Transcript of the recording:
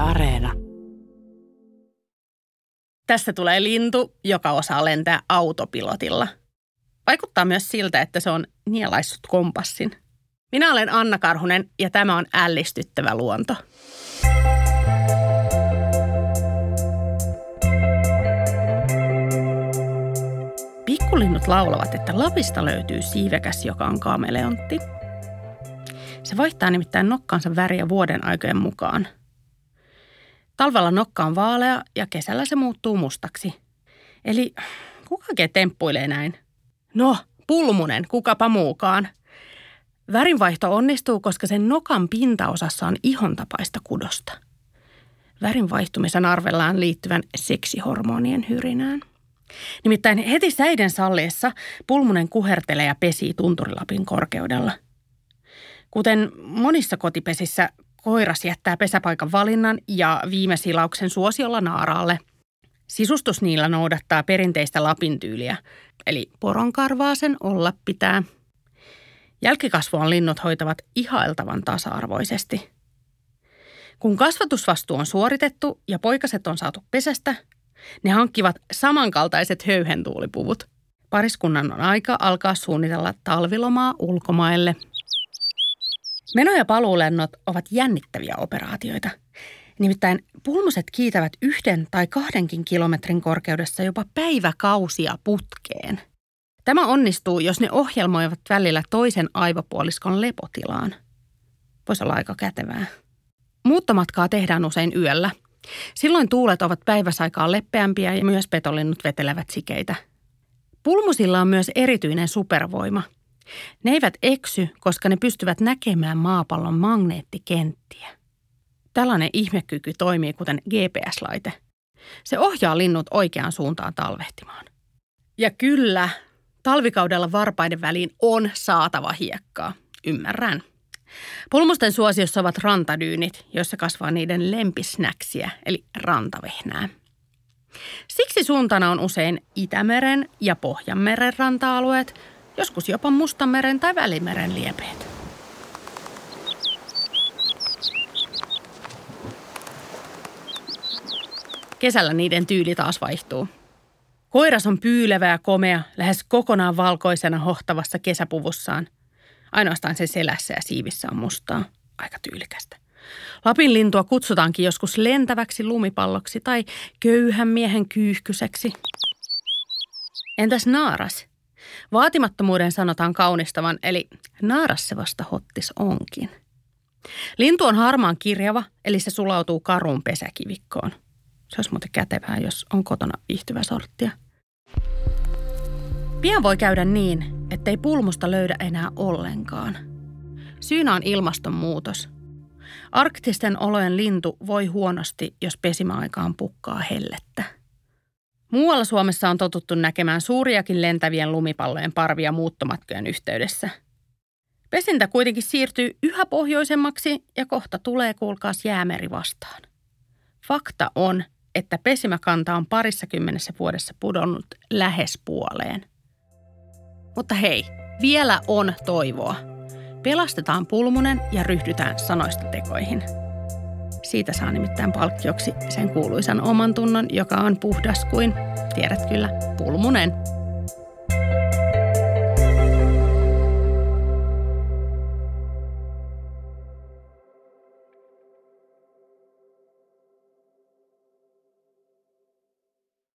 Areena. Tästä tulee lintu, joka osaa lentää autopilotilla. Vaikuttaa myös siltä, että se on nielaissut kompassin. Minä olen Anna Karhunen ja tämä on ällistyttävä luonto. Pikkulinnut laulavat, että Lapista löytyy siivekäs, joka on kameleontti. Se vaihtaa nimittäin nokkaansa väriä vuoden aikojen mukaan. Talvella nokka on vaalea ja kesällä se muuttuu mustaksi. Eli kuka temppuilee näin? No, pulmunen, kukapa muukaan. Värinvaihto onnistuu, koska sen nokan pintaosassa on ihon tapaista kudosta. Värin vaihtumisen arvellaan liittyvän seksihormonien hyrinään. Nimittäin heti säiden salliessa pulmunen kuhertelee ja pesii Tunturilapin korkeudella. Kuten monissa kotipesissä, koiras jättää pesäpaikan valinnan ja viime silauksen suosiolla naaraalle. Sisustus niillä noudattaa perinteistä Lapin tyyliä, eli poronkarvaa sen olla pitää. Jälkikasvuaan linnut hoitavat ihailtavan tasa-arvoisesti. Kun kasvatusvastuu on suoritettu ja poikaset on saatu pesästä, ne hankkivat samankaltaiset höyhentuulipuvut. Pariskunnan on aika alkaa suunnitella talvilomaa ulkomaille. Meno- ja paluulennot ovat jännittäviä operaatioita. Nimittäin pulmuset kiitävät 1 tai 2 kilometrin korkeudessa jopa päiväkausia putkeen. Tämä onnistuu, jos ne ohjelmoivat välillä toisen aivopuoliskon lepotilaan. Voisi olla aika kätevää. Muuttomatkaa tehdään usein yöllä. Silloin tuulet ovat päiväsaikaan leppeämpiä ja myös petolinnut vetelevät sikeitä. Pulmusilla on myös erityinen supervoima. Ne eivät eksy, koska ne pystyvät näkemään maapallon magneettikenttiä. Tällainen ihmekyky toimii kuten GPS-laite. Se ohjaa linnut oikeaan suuntaan talvehtimaan. Ja kyllä, talvikaudella varpaiden väliin on saatava hiekkaa. Ymmärrän. Pulmusten suosiossa ovat rantadyynit, joissa kasvaa niiden lempisnäksiä, eli rantavehnää. Siksi suuntana on usein Itämeren ja Pohjanmeren ranta-alueet, joskus jopa Mustanmeren tai Välimeren liepeet. Kesällä niiden tyyli taas vaihtuu. Koiras on pyylevä ja komea, lähes kokonaan valkoisena hohtavassa kesäpuvussaan. Ainoastaan sen selässä ja siivissä on mustaa. Aika tyylikästä. Lapin lintua kutsutaankin joskus lentäväksi lumipalloksi tai köyhän miehen kyyhkyseksi. Entäs naaras? Vaatimattomuuden sanotaan kaunistavan, eli naaras se vasta hottis onkin. Lintu on harmaan kirjava, eli se sulautuu karuun pesäkivikkoon. Se olisi muuten kätevää, jos on kotona viihtyvä sorttia. Pian voi käydä niin, ettei pulmusta löydä enää ollenkaan. Syynä on ilmastonmuutos. Arktisten olojen lintu voi huonosti, jos pesimäaikaan pukkaa hellettä. Muualla Suomessa on totuttu näkemään suuriakin lentävien lumipallojen parvia muuttomatkojen yhteydessä. Pesintä kuitenkin siirtyy yhä pohjoisemmaksi ja kohta tulee kuulkaas Jäämeri vastaan. Fakta on, että pesimäkanta on 20 vuodessa pudonnut lähes puoleen. Mutta hei, vielä on toivoa. Pelastetaan pulmunen ja ryhdytään sanoista tekoihin. Siitä saa nimittäin palkkioksi sen kuuluisan oman tunnon, joka on puhdas kuin, tiedät kyllä, pulmunen.